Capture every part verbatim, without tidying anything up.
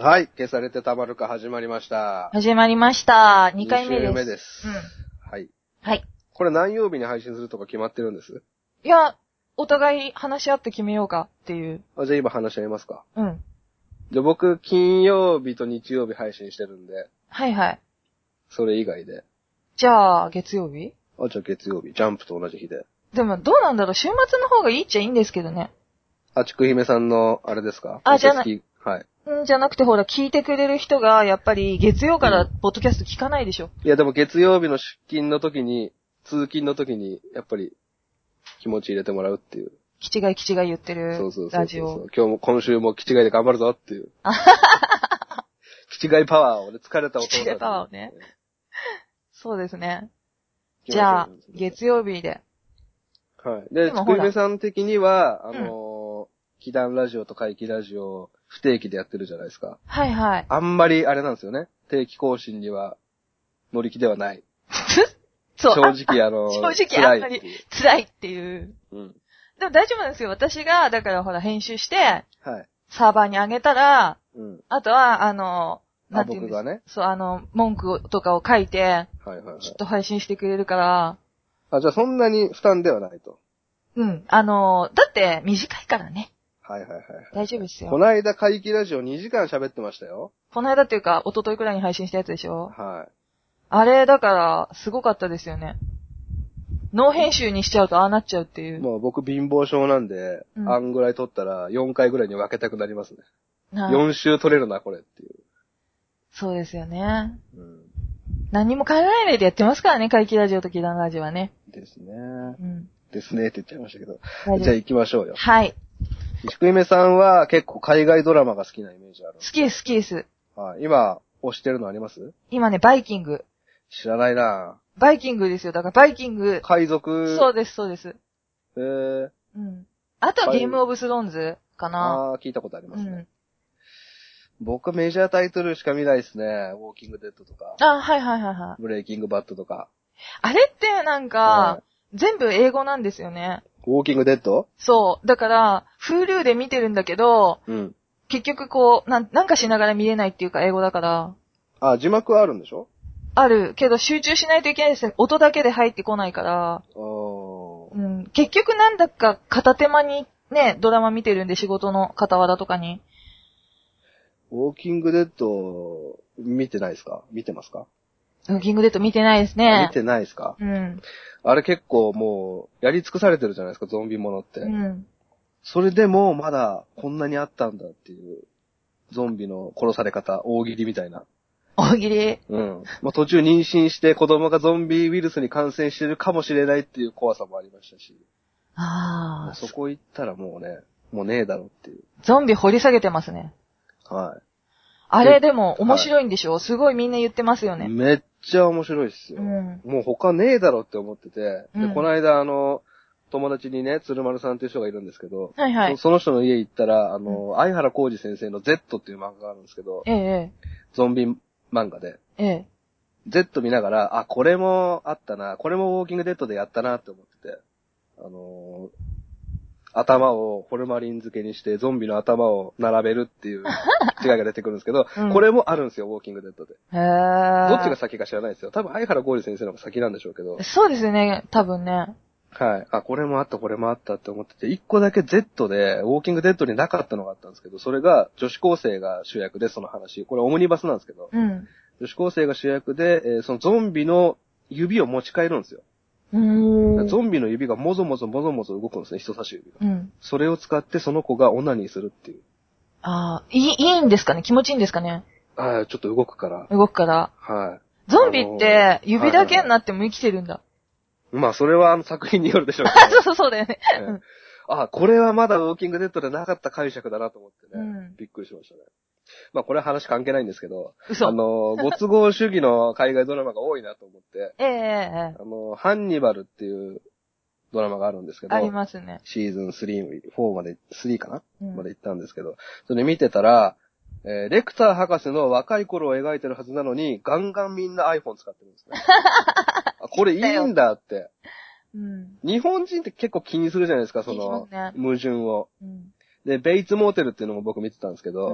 はい。消されてたまるか始まりました。 始まりました。にかいめです。 に週目です。 うん。 はい。 はい。 これ何曜日に配信するとか決まってるんです？ いや、お互い話し合って決めようかっていう。 あ、じゃあ今話し合いますか。 うん。 じゃあ僕、金曜日と日曜日配信してるんで。 はいはい。 それ以外で。 じゃあ、月曜日？ あ、じゃあ月曜日。ジャンプと同じ日で。 でも、どうなんだろう。週末の方がいいっちゃいいんですけどね。 あ、ちくひめさんの、あれですか？ あ、じゃな、 はい。 んじゃなくてほら、聞いてくれる人が、やっぱり月曜からポッドキャスト聞かないでしょ。 いや、でも月曜日の出勤の時に、通勤の時に、やっぱり、気持ち入れてもらうっていう。 気違い気違い言ってるそうそうそうそうラジオ。 今日も今週も気違いで頑張るぞっていう。気違いパワーをね、疲れたお父さん。 気違いパワーをね。そうですね。じゃあ、月曜日で。 はい。で、つくいめさん的には、あのー、祈願ラジオと怪奇ラジオ、不定期でやってるじゃないですか。 はいはい。 あんまり、あれなんですよね。定期更新には、乗り気ではない。 そう。 正直、あのー、 正直あんまり辛いっていう。 うん。 でも大丈夫なんですよ。私が、だからほら、編集して、はい。サーバーに上げたら、うん。あとは、あの、なんていうんですか。僕がね。そう、あの、文句とかを書いて、はいはいはい。ちょっと配信してくれるから。 あ、じゃあそんなに負担ではないと。 うん。あの、だって短いからね。 はいはいはい。 大丈夫ですよ。 この間、怪奇ラジオにじかん喋ってましたよ。 この間っていうか、一昨日くらいに配信したやつでしょ？ はい。 あれ、だから、すごかったですよね。ノー編集にしちゃうとああなっちゃうっていう。 もう僕貧乏症なんで、うん、あんぐらい撮ったらよんかいぐらいに分けたくなりますね。よん週撮れるな、これっていう。 そうですよね。うん、何も考えないでやってますからね、怪奇ラジオと祈願ラジオはね。 ですね。うん。ですねって言っちゃいましたけど。じゃあ行きましょうよ。 はい。 ちくいめさんは結構海外ドラマが好きなイメージある。 好きです、好きです。 はい。今、推してるのあります？ 今ね、バイキング。 知らないなぁ。 バイキングですよ。だからバイキング。 海賊。 そうです、そうです。 へー。 うん。あとはゲームオブスローンズかな。 あー、聞いたことありますね。うん、僕メジャータイトルしか見ないですね。ウォーキングデッドとか。 あ、はいはいはいはい。 ブレイキングバッドとか。 あれってなんか、はい、全部英語なんですよね。 ウォーキングデッド？ そう。だから、Hulu で見てるんだけど、 うん。 結局こう、なん、なんかしながら見れないっていうか英語だから。 あ、字幕はあるんでしょ？ ある。けど集中しないといけないですね。音だけで入ってこないから。うん。結局なんだか片手間にね、ドラマ見てるんで仕事の傍らとかに。 ウォーキングデッド、見てないですか？見てますか？ ウォーキングデッド見てないですね。 見てないですか？ うん。 あれ結構もう、やり尽くされてるじゃないですか、ゾンビものって。 うん。 それでも、まだ、こんなにあったんだっていう、ゾンビの殺され方、大喜利みたいな。 大喜利？ うん。まあ、途中妊娠して子供がゾンビウイルスに感染してるかもしれないっていう怖さもありましたし。 ああ。 そこ行ったらもうね、もうねえだろっていう。 ゾンビ掘り下げてますね。 はい。 あれでも面白いんでしょ？はい、すごいみんな言ってますよね。 めっちゃ面白いっすよ。うん、もう他ねえだろって思ってて、うん、でこの間あの、友達にね、鶴丸さんっていう人がいるんですけど、 はいはい、 そ, その人の家行ったら、あの、うん、相原浩二先生の Z っていう漫画があるんですけど、 ええ、 ゾンビ漫画で、 ええ、 Z 見ながら、あ、これもあったな、これもウォーキングデッドでやったなって思ってて、あのー、頭をホルマリン漬けにしてゾンビの頭を並べるっていう違いが出てくるんですけど、うん、これもあるんですよ、ウォーキングデッドで。 へー。 どっちが先か知らないですよ。多分、相原浩二先生の方が先なんでしょうけど。 そうですね、多分ね。 はい。あ、これもあった、これもあったって思ってて、一個だけ Z で、ウォーキングデッドになかったのがあったんですけど、それが女子高生が主役で、その話。これオムニバスなんですけど、 うん、 女子高生が主役で、えー、そのゾンビの指を持ち帰るんですよ。 うーん、 ゾンビの指がもぞもぞもぞもぞ動くんですね、人差し指が。 うん。 それを使ってその子がオナニーするっていう。 ああ、いい、いいんですかね？気持ちいいんですかね？ はい、ちょっと動くから。 動くから。 はい。 ゾンビって指だけになっても生きてるんだ。はいはいはい、まあ、それはあの作品によるでしょうけど、ね。 そうそうそうだよね。 うん、あ、これはまだウォーキングデッドでなかった解釈だなと思ってね。うん、びっくりしましたね。まあこれは話関係ないんですけど、 嘘。 あの、ご都合主義の海外ドラマが多いなと思って、 ええええ、 あの、ハンニバルっていうドラマがあるんですけど、 ありますね。 シーズンスリー、フォーまで、スリーかな、うん、まで行ったんですけど、それ見てたら、えー、レクター博士の若い頃を描いてるはずなのに、ガンガンみんな iPhone 使ってるんですね。これいいんだって、うん。日本人って結構気にするじゃないですか、その、ね、矛盾を、うん。で、ベイツモーテルっていうのも僕見てたんですけど、うん、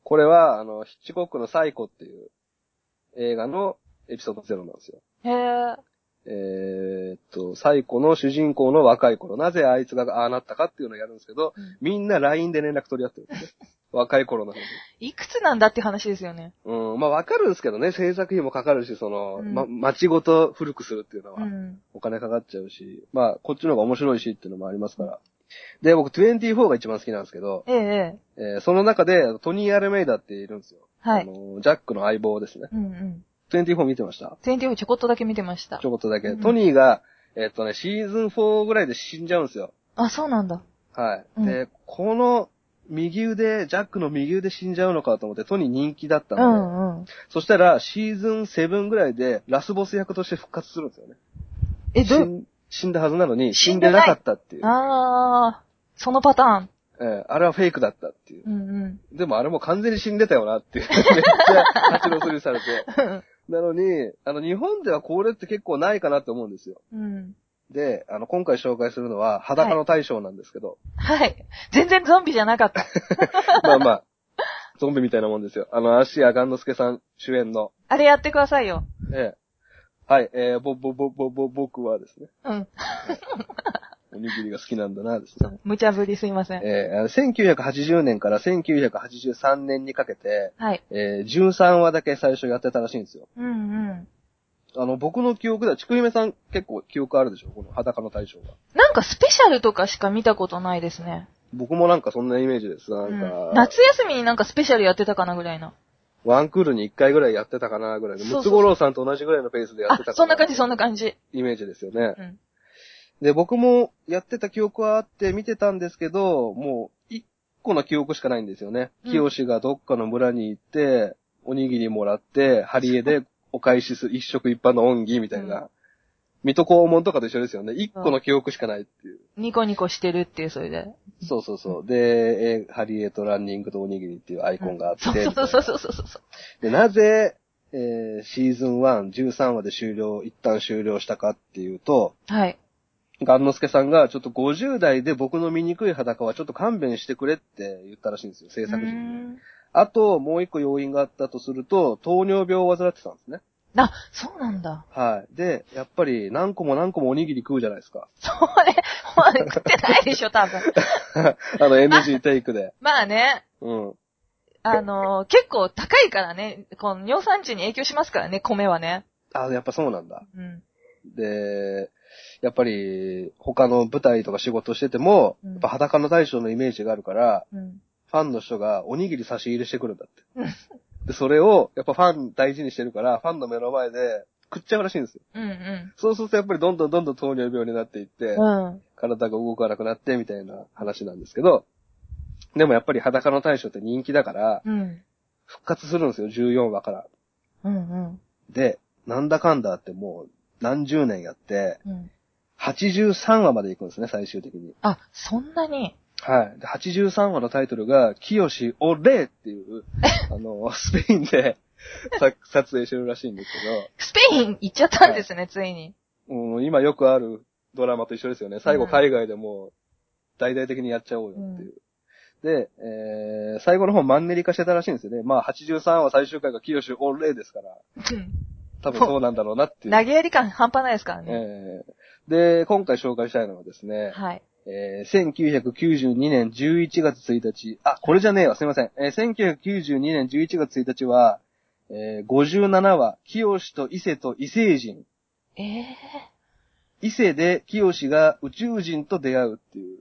これは、あの、ヒッチコックのサイコっていう映画のエピソードゼロなんですよ。 へー。 えー、っと、サイコの主人公の若い頃、なぜあいつがああなったかっていうのをやるんですけど、うん、みんな ライン で連絡取り合ってるんですね。若い頃の話。 いくつなんだって話ですよね。 うん、まあわかるんですけどね、制作費もかかるし、その、うん、ま、街ごと古くするっていうのは、お金かかっちゃうし、うん、まあ、こっちの方が面白いしっていうのもありますから。で、僕、にじゅうよんが一番好きなんですけど、 えええー、その中で、トニー・アルメイダっているんですよ。 はい。 あの、ジャックの相棒ですね。 うんうん。にじゅうよん見てました？ にじゅうよんちょこっとだけ見てました。 ちょこっとだけ。うん、トニーが、えー、っとね、シーズンフォーぐらいで死んじゃうんですよ。 あ、そうなんだ。 はい。うん、で、この、右腕、ジャックの右腕死んじゃうのかと思って、トニー人気だったので、うんうん、そしたら、シーズンセブンぐらいで、ラスボス役として復活するんですよね。 え、どう死んだはずなのに、死んでなかったっていう。 あー、そのパターン。 ええ、あれはフェイクだったっていう。 うんうん、 でもあれも完全に死んでたよなっていう。めっちゃ蜂のすりされて。なのに、あの、日本ではこれって結構ないかなって思うんですよ。 うん、 で、あの、今回紹介するのは、裸の大将なんですけど。 はい。はい、全然ゾンビじゃなかった。 まあまあ、ゾンビみたいなもんですよ。あの、芦屋雁之助さん主演の。 あれやってくださいよ。 ええ。はい、えー、ぼ、ぼ、ぼ、ぼ、ぼ、僕はですね。 うん。 おにぎりが好きなんだなですね。 無茶ぶりすいません。 えー、せんきゅうひゃくはちじゅうねんからせんきゅうひゃくはちじゅうさんねんにかけて、 はい。 えー、じゅうさんわだけ最初やってたらしいんですよ。 うんうん。 あの、僕の記憶では、ちくゆめさん結構記憶あるでしょこの裸の大将が。 なんかスペシャルとかしか見たことないですね。 僕もなんかそんなイメージです。なんか、 うん、夏休みになんかスペシャルやってたかなぐらいな。 ワンクールにいっかいぐらいやってたかなぐらいの。ムツゴロウさんと同じぐらいのペースでやってたかな。 あ、そんな感じ、そんな感じ。 イメージですよね。 うん。 で、僕もやってた記憶はあって見てたんですけど、もう一個の記憶しかないんですよね。うん、清がどっかの村に行って、おにぎりもらって、ハリエでお返しする一食一飯の恩義みたいな。うん、水戸黄門とかと一緒ですよね。一個の記憶しかないっていう。 ニコニコしてるっていう、それで。 そうそうそう。で、ハリエとランニングとおにぎりっていうアイコンがあって。 うん、そうそうそうそうそうそう。 で、なぜ、えー、シーズンワン、じゅうさんわで終了、一旦終了したかっていうと、 はい。 雁之助さんがちょっとごじゅう代で僕の醜い裸はちょっと勘弁してくれって言ったらしいんですよ、制作陣に。あと、もう一個要因があったとすると、糖尿病を患ってたんですね。 あ、そうなんだ。 はい。で、やっぱり何個も何個もおにぎり食うじゃないですか。 それ、ほら、食ってないでしょ、多分。 あの エヌジー テイクで。 まあね。 うん。 あのー、結構高いからね、この尿酸値に影響しますからね、米はね。 あ、やっぱそうなんだ。 うん。 で、やっぱり他の舞台とか仕事してても、うん、やっぱ裸の大将のイメージがあるから、うん、ファンの人がおにぎり差し入れしてくるんだって。で、それをやっぱファン大事にしてるから、ファンの目の前で食っちゃうらしいんですよ。 うんうん、 そうするとやっぱりどんどんどんどん糖尿病になっていって、うん、体が動かなくなってみたいな話なんですけど、でもやっぱり裸の大将って人気だから、うん、復活するんですよ、じゅうよんわから。 うんうん、で、 なんだかんだってもう何十年やって、うん、はちじゅうさんわまで行くんですね、最終的に。 あ、そんなに？ はい。はちじゅうさんわのタイトルが、清おれっていう、あの、スペインで撮影してるらしいんですけど。 スペイン行っちゃったんですね、はい、ついに。 うん、今よくあるドラマと一緒ですよね。最後海外でも大々的にやっちゃおうよっていう。うん、で、えー、最後の方マンネリ化してたらしいんですよね。まあはちじゅうさんわ最終回が清おれですから。うん多分そうなんだろうなっていう。 投げやり感半端ないですからね。 えー、で、今回紹介したいのはですね。 はい。 えー、せんきゅうひゃくきゅうじゅうにねんじゅういちがつついたち。あ、これじゃねえわ。すいません。えー、せんきゅうひゃくきゅうじゅうにねんじゅういちがつついたちは、えー、ごじゅうななわ、清と伊勢と異星人。 えー、 伊勢で清が宇宙人と出会うっていう。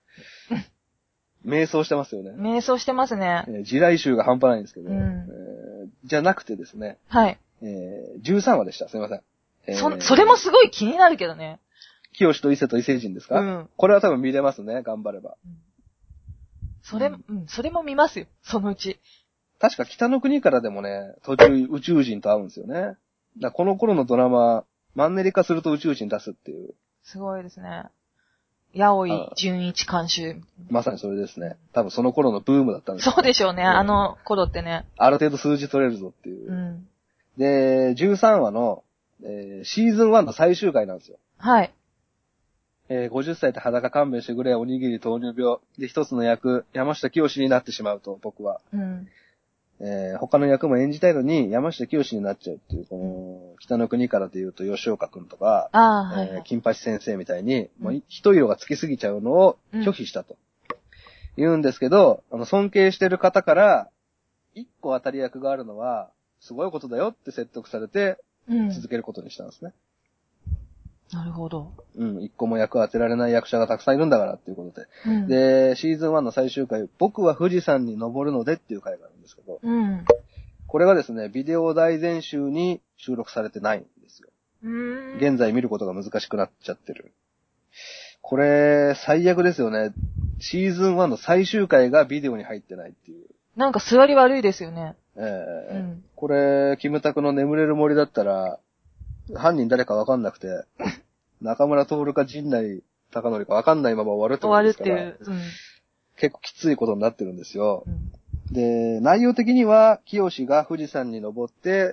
迷走してますよね。 迷走してますね。 えー、地雷集が半端ないんですけど、 うんえー。じゃなくてですね。 はい。 えー、じゅうさんわでした。すいません。 えー、そ、それもすごい気になるけどね。 清と伊勢と異星人ですか？うん。これは多分見れますね、頑張れば。うん、 それ、うん、うん、それも見ますよ、そのうち。 確か北の国からでもね、途中宇宙人と会うんですよね。だからこの頃のドラマ、マンネリ化すると宇宙人出すっていう。 すごいですね。八尾純一監修。 まさにそれですね。多分その頃のブームだったんですよ、ね。 そうでしょうね、うん、あの頃ってね。 ある程度数字取れるぞっていう。 うん、 で、じゅうさんわの、えー、シーズンワンの最終回なんですよ。 はい。 えー、ごじゅっさいで裸勘弁してくれ、おにぎり糖尿病。で、一つの役、山下清になってしまうと、僕は。 うん。 えー、他の役も演じたいのに山下清になっちゃうっていう、この、北の国からで言うと吉岡くんとか、 あはいはい、 えー、金八先生みたいに、もう一色がつきすぎちゃうのを拒否したと。言うんですけど、あの、尊敬してる方から、一個当たり役があるのは、すごいことだよって説得されて、続けることにしたんですね。 うん、なるほど。 うん、一個も役を当てられない役者がたくさんいるんだからっていうことで。うん、で、シーズンワンの最終回、僕は富士山に登るのでっていう回があるんですけど、うん、これがですね、ビデオ大全集に収録されてないんですよ。うん現在見ることが難しくなっちゃってる。これ、最悪ですよね。シーズンワンの最終回がビデオに入ってないっていう。 なんか座り悪いですよね。 ええーうん、これ、キムタクの眠れる森だったら、犯人誰かわかんなくて、中村徹か陣内孝則かわかんないまま終わるってことですから。終わるっていう。うん、結構きついことになってるんですよ。うん、で、内容的には、清が富士山に登って、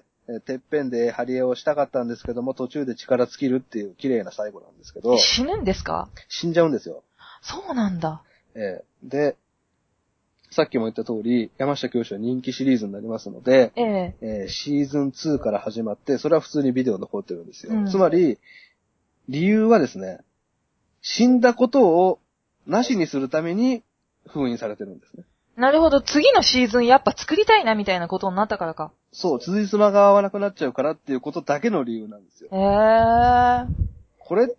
てっぺんで張り絵をしたかったんですけども、途中で力尽きるっていう綺麗な最後なんですけど。 死ぬんですか？ 死んじゃうんですよ。 そうなんだ。 ええー、で、さっきも言った通り、山下清は人気シリーズになりますので、えええー、シーズンツーから始まって、それは普通にビデオ残ってるんですよ。うん、つまり、理由はですね、死んだことをなしにするために封印されてるんですね。 なるほど。次のシーズンやっぱ作りたいなみたいなことになったからか。 そう、辻褄が合わなくなっちゃうからっていうことだけの理由なんですよ。 へー。 これって、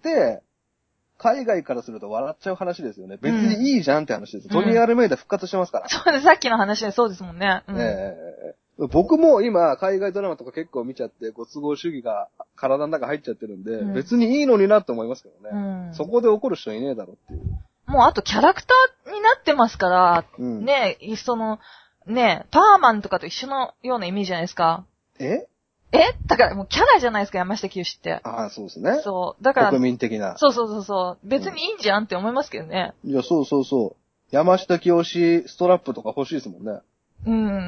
海外からすると笑っちゃう話ですよね。別にいいじゃんって話です。うん、トニー・アルメイダ復活してますから。 そうです。さっきの話でそうですもんね。 うん、えー、僕も今、海外ドラマとか結構見ちゃって、ご都合主義が体の中入っちゃってるんで、うん、別にいいのになって思いますけどね、うん。そこで怒る人いねえだろっていう。 もうあとキャラクターになってますから、うん、ね、その、ね、パーマンとかと一緒のようなイメージじゃないですか。 ええだからもうキャラじゃないですか、山下清って。 ああ、そうですね。 そう。だから。 国民的な。 そうそうそうそう。別にいいんじゃんって思いますけどね。 うん、いや、そうそうそう。山下清ストラップとか欲しいですもんね。 うん。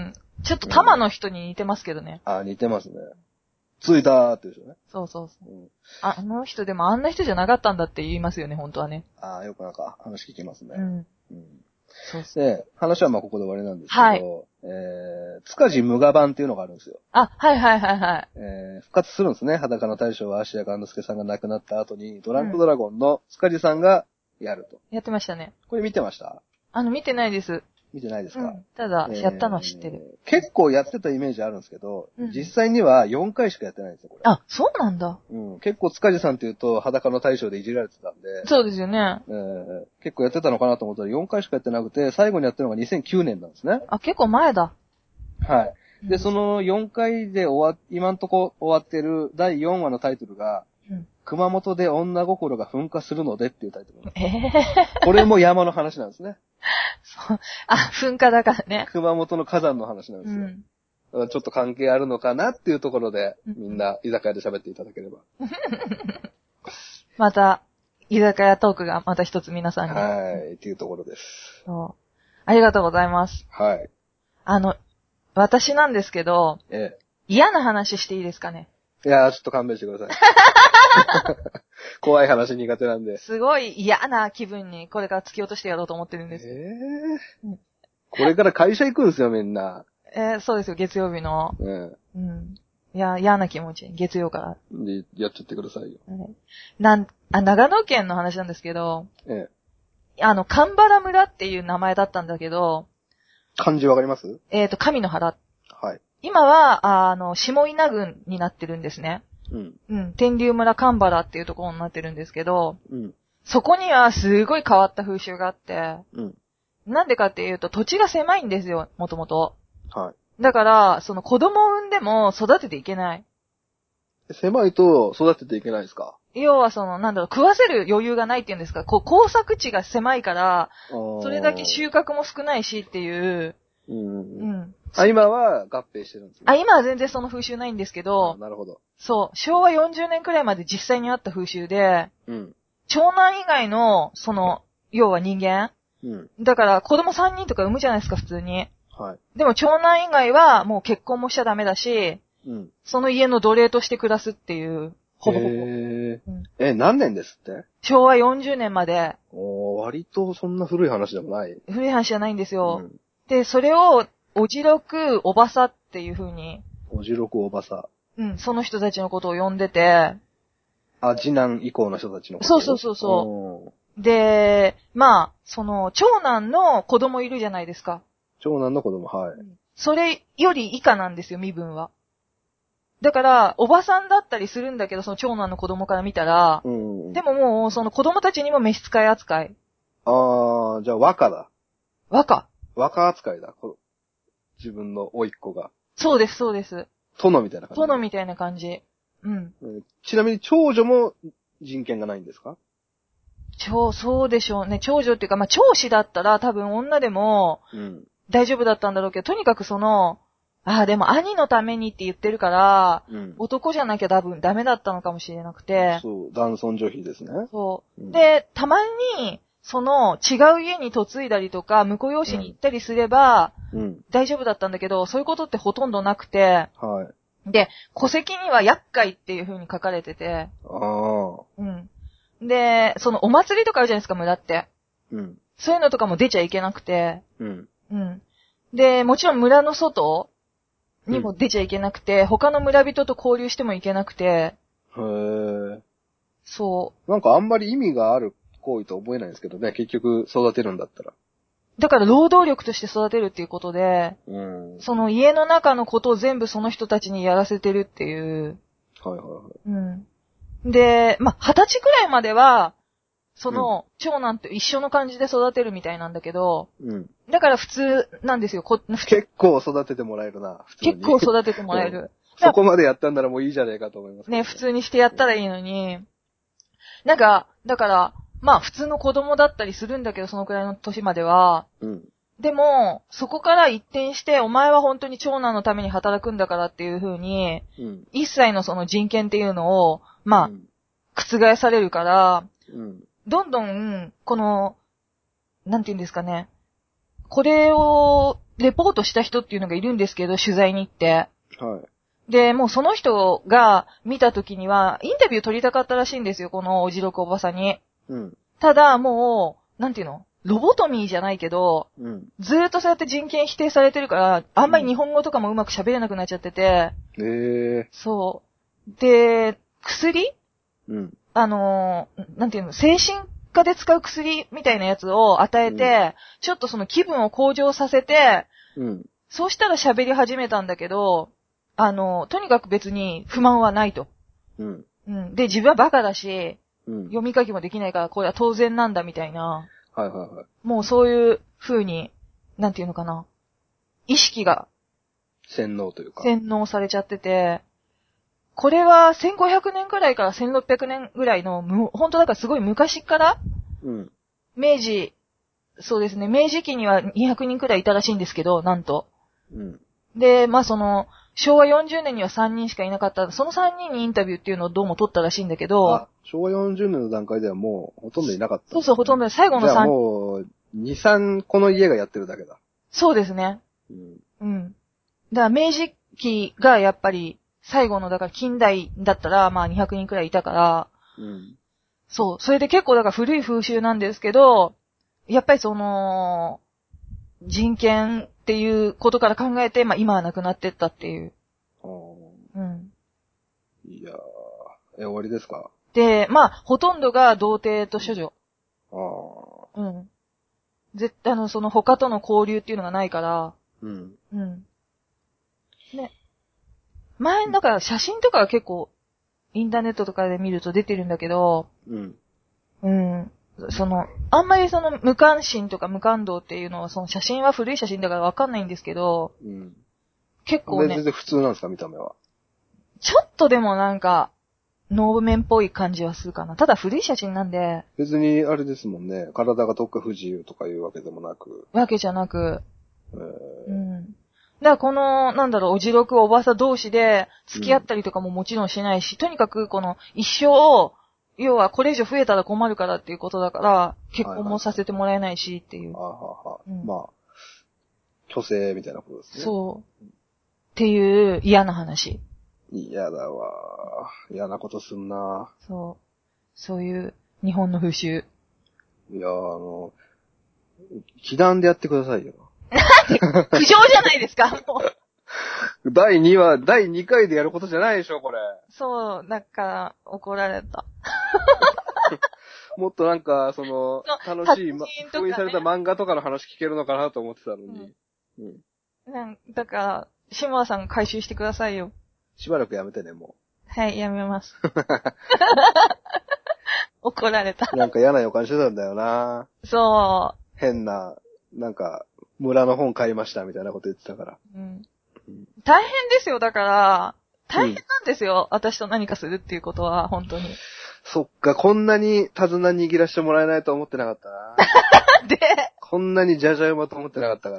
ちょっと玉の人に似てますけどね。 うん、ああ、似てますね。ついたーってでしょね。 そうそうそう、うん。あの人でもあんな人じゃなかったんだって言いますよね、本当はね。 ああ、よくなんか話聞きますね。 うん。うんそうそうで、話はまあここで終わりなんですけど、はい、えー、塚地無我版っていうのがあるんですよ。 あ、はいはいはいはい。 えー、復活するんですね。裸の大将は芦屋雁之助さんが亡くなった後に、ドランクドラゴンの塚地さんがやると。 やってましたね。 これ見てました？ あの、見てないです。 見てないですか？うん、 ただ、やったのは知ってる、 えー。結構やってたイメージあるんですけど、うん、実際にはよんかいしかやってないんですよ、これ。 あ、そうなんだ。 うん。結構塚地さんって言うと裸の大将でいじられてたんで。 そうですよね。 えー、結構やってたのかなと思ったらよんかいしかやってなくて、最後にやったのがにせんきゅうねんなんですね。 あ、結構前だ。 はい。で、そのよんかいで終わ、今んとこ終わってるだいよんわのタイトルが、うん、熊本で女心が噴火するのでっていうタイトル。えー、これも山の話なんですね。 そう。あ、噴火だからね。 熊本の火山の話なんですよ。うん、ちょっと関係あるのかなっていうところで、みんな居酒屋で喋っていただければ。 また、居酒屋トークがまた一つ皆さんに。 はい、っていうところです。 そう。ありがとうございます。 はい。 あの、私なんですけど、 ええ、 嫌な話していいですかね？ いやー、ちょっと勘弁してください。怖い話苦手なんで。 すごい嫌な気分にこれから突き落としてやろうと思ってるんです。 ええーうん、これから会社行くんですよ、みんな。 えー、そうですよ、月曜日の。うん。うん。いや、嫌な気持ち、月曜から。 で、やっちゃってくださいよ。 なん、あ、長野県の話なんですけど、 ええ。あの、神原村っていう名前だったんだけど、 漢字わかります？ えっと、神の原。 はい。 今は、あの、下稲郡になってるんですね。うん。うん。天竜村神原っていうところになってるんですけど、うん。そこにはすごい変わった風習があって、うん。なんでかっていうと、土地が狭いんですよ、もともと。はい。だから、その子供を産んでも育てていけない。 狭いと育てていけないですか？ 要はその、なんだろう、食わせる余裕がないっていうんですか、こう、耕作地が狭いから、それだけ収穫も少ないしっていう、うん。 うん。あ、今は合併してるんですね。 あ、今は全然その風習ないんですけど、 なるほど。 そう、しょうわよんじゅうねんくらいまで実際にあった風習で、うん。長男以外の、その、要は人間、うん。だから子供さんにんとか産むじゃないですか、普通に。はい。でも長男以外はもう結婚もしちゃダメだし、うん。その家の奴隷として暮らすっていう、ほぼほぼ。へー。うん、え、何年ですって？ しょうわよんじゅうねんまで。 おー、割とそんな古い話でもない。 古い話じゃないんですよ。うん、で、それを、 おじろくおばさっていう風に。 おじろくおばさ。 うん、その人たちのことを呼んでて。 あ、次男以降の人たちのこと。 そうそうそうそう。で、まあ、その、長男の子供いるじゃないですか。 長男の子供、はい。 それより以下なんですよ、身分は。だから、おばさんだったりするんだけど、その長男の子供から見たら、うん、でももう、その子供たちにも召使い扱い。 あー、じゃあ和歌だ。 和歌。 和歌扱いだ。自分の甥っ子が。 そうです、そうです。 殿みたいな感じ。 殿みたいな感じ。うん。 ちなみに長女も人権がないんですか？ 長、そうでしょうね。長女っていうか、まあ、長子だったら多分女でも、大丈夫だったんだろうけど、とにかくその、ああ、でも兄のためにって言ってるから、うん、男じゃなきゃ多分ダメだったのかもしれなくて。 そう、男尊女卑ですね。 そう。うん、で、たまに、その、違う家に嫁いだりとか、婿養子に行ったりすれば、うん、大丈夫だったんだけど、そういうことってほとんどなくて、はい。で、戸籍には厄介っていう風に書かれてて、ああ。うん。で、そのお祭りとかあるじゃないですか、村って。うん。そういうのとかも出ちゃいけなくて、うん。うん。で、もちろん村の外にも出ちゃいけなくて、うん、他の村人と交流してもいけなくて。へー。そう。 なんかあんまり意味がある行為と思えないんですけどね、結局育てるんだったら。 だから労働力として育てるっていうことで、うん、その家の中のことを全部その人たちにやらせてるっていう。はいはいはい。うん。で、まあ、二十歳くらいまでは、その、長男と一緒の感じで育てるみたいなんだけど、うん。だから普通なんですよ。こ結構育ててもらえるな、 普通に。結構育ててもらえる。 そこまでやったんならもういいじゃねえかと思います、 ね。ね、普通にしてやったらいいのに、なんか、だから、まあ普通の子供だったりするんだけど、そのくらいの年までは。うん。でも、そこから一転して、お前は本当に長男のために働くんだからっていう風に、うん、一切のその人権っていうのを、まあ、うん、覆されるから、うん、どんどん、この、なんて言うんですかね、これをレポートした人っていうのがいるんですけど、取材に行って。はい。で、もうその人が見た時には、インタビュー取りたかったらしいんですよ、このおじろくおばさんに。うん。ただ、もう、なんていうの？ロボトミーじゃないけど、うん、ずーっとそうやって人権否定されてるから、あんまり日本語とかもうまく喋れなくなっちゃってて。へ、うん、えー。そう。で、薬？うん。あのー、なんていうの、精神科で使う薬みたいなやつを与えて、うん、ちょっとその気分を向上させて、うん、そうしたら喋り始めたんだけど、あのー、とにかく別に不満はないと。うん。うん。で、自分はバカだし、うん、読み書きもできないから、これは当然なんだみたいな。はいはいはい。もうそういう風に、なんていうのかな。意識が。 洗脳というか。 洗脳されちゃってて、これはせんごひゃくねんくらいからせんろっぴゃくねんぐらいの、本当だからすごい昔から、うん。明治、そうですね、明治期にはにひゃくにんくらいいたらしいんですけど、なんと。うん。で、まあその、昭和よんじゅうねんにはさんにんしかいなかった、そのさんにんにインタビューっていうのをどうも取ったらしいんだけど、あ、 昭和よんじゅうねんの段階ではもうほとんどいなかった、ね。 そうそう、ほとんど最後のさん。 じゃあもう、に、さんこの家がやってるだけだ。 そうですね。うん。うん。だから明治期がやっぱり最後の、だから近代だったらまあにひゃくにんくらいいたから、うん。そう。それで結構だから古い風習なんですけど、やっぱりその、人権っていうことから考えて、まあ今はなくなってったっていう。うん。 いやー、え、終わりですか？ で、まあ、ほとんどが童貞と処女。ああ。うん。絶対、あの、その他との交流っていうのがないから。うん。うん。ね。前、だから写真とかは結構、インターネットとかで見ると出てるんだけど、うん。うん。その、あんまりその無関心とか無感動っていうのは、その写真は古い写真だからわかんないんですけど、うん。結構ね。 全然普通なんですか、見た目は。 ちょっとでもなんか、能面っぽい感じはするかな。ただ古い写真なんで。 別にあれですもんね。体がどっか不自由とかいうわけでもなく。 わけじゃなく。えー、うん。だからこの、なんだろう、おじろくおばさ同士で付き合ったりとかももちろんしないし、うん、とにかくこの一生、要はこれ以上増えたら困るからっていうことだから、結婚もさせてもらえないしっていう。はいはいはい。 うん、まあ、虚勢みたいなことですね。 そう。っていう嫌な話。 嫌だわ。嫌なことすんな。 そう。そういう日本の風習。 いや、あの、気団でやってくださいよ。 なんで苦情じゃないですか、もう。だいにわ、だいにかいでやることじゃないでしょ、これ。 そう、だから怒られた。 もっとなんか、その、楽しい、ま、封印された漫画とかの話聞けるのかなと思ってたのに。うん。 うん、なんだから、志村さん回収してくださいよ。 しばらくやめてね、もう。はい、やめます。怒られた。 なんか嫌な予感してたんだよな。 そう。 変な、なんか、村の本買いましたみたいなこと言ってたから。うん。 うん、大変ですよ、だから、大変なんですよ、うん、私と何かするっていうことは、本当に。 そっか、こんなに手綱握らしてもらえないと思ってなかったな。で、こんなにじゃじゃ馬と思ってなかったから。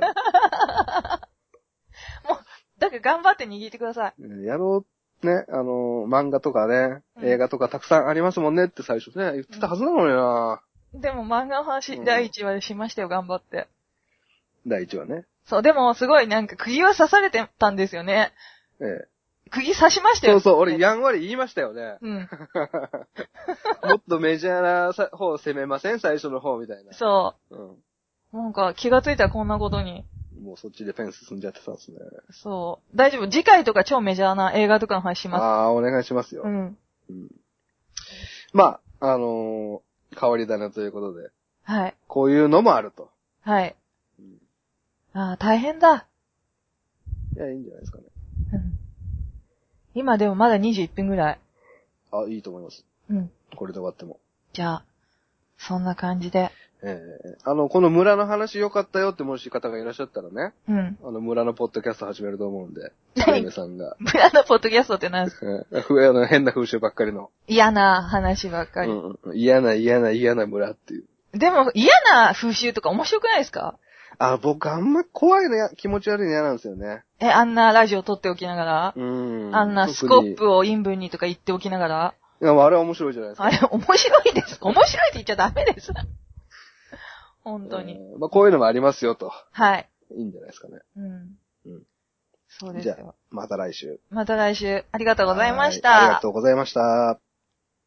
もう、だから頑張って握ってください。やろう、ね、あの、漫画とかね、うん、映画とかたくさんありますもんねって最初ね、言ってたはずなのにな。 うん、でも漫画の話、うん、だいいちわでしましたよ、頑張って。 だいいちわね。 そう、でもすごいなんか釘は刺されてたんですよね。 ええ。 釘刺しましたよ。 そうそう、俺やんわり言いましたよね。うん。もっとメジャーな方攻めません最初の方みたいな。 そう。うん。なんか気がついたらこんなことに。 もうそっちでペン進んじゃってたんですね。 そう。大丈夫。次回とか超メジャーな映画とかの話します。 ああ、お願いしますよ。うん。うん、まあ、あのー、変わり種ということで。はい。こういうのもあると。はい。うん、 ああ、大変だ。 いや、いいんじゃないですかね。 うん。今でもまだにじゅういっぷんぐらい。 あ、いいと思います。うん。これで終わっても。 じゃあ、そんな感じで。 ええー、あの、この村の話良かったよってもし方がいらっしゃったらね。うん。あの、村のポッドキャスト始めると思うんで。 何嫁さんが。 村のポッドキャストって何ですか？ あの、変な風習ばっかりの。 嫌な話ばっかり。うん。嫌な嫌な嫌な村っていう。 でも、嫌な風習とか面白くないですか？ あ、僕あんま怖いのや、気持ち悪いの嫌なんですよね。 え、あんなラジオ撮っておきながらうん。あんなスコップを陰文にとか言っておきながらいや、あれは面白いじゃないですか。 あれ、面白いです。面白いって言っちゃダメです。本当に。 まあ、こういうのもありますよと。 はい。 いいんじゃないですかね。うん。 うん。そうですよ。 じゃあ、また来週。 また来週。ありがとうございました。 ありがとうございました。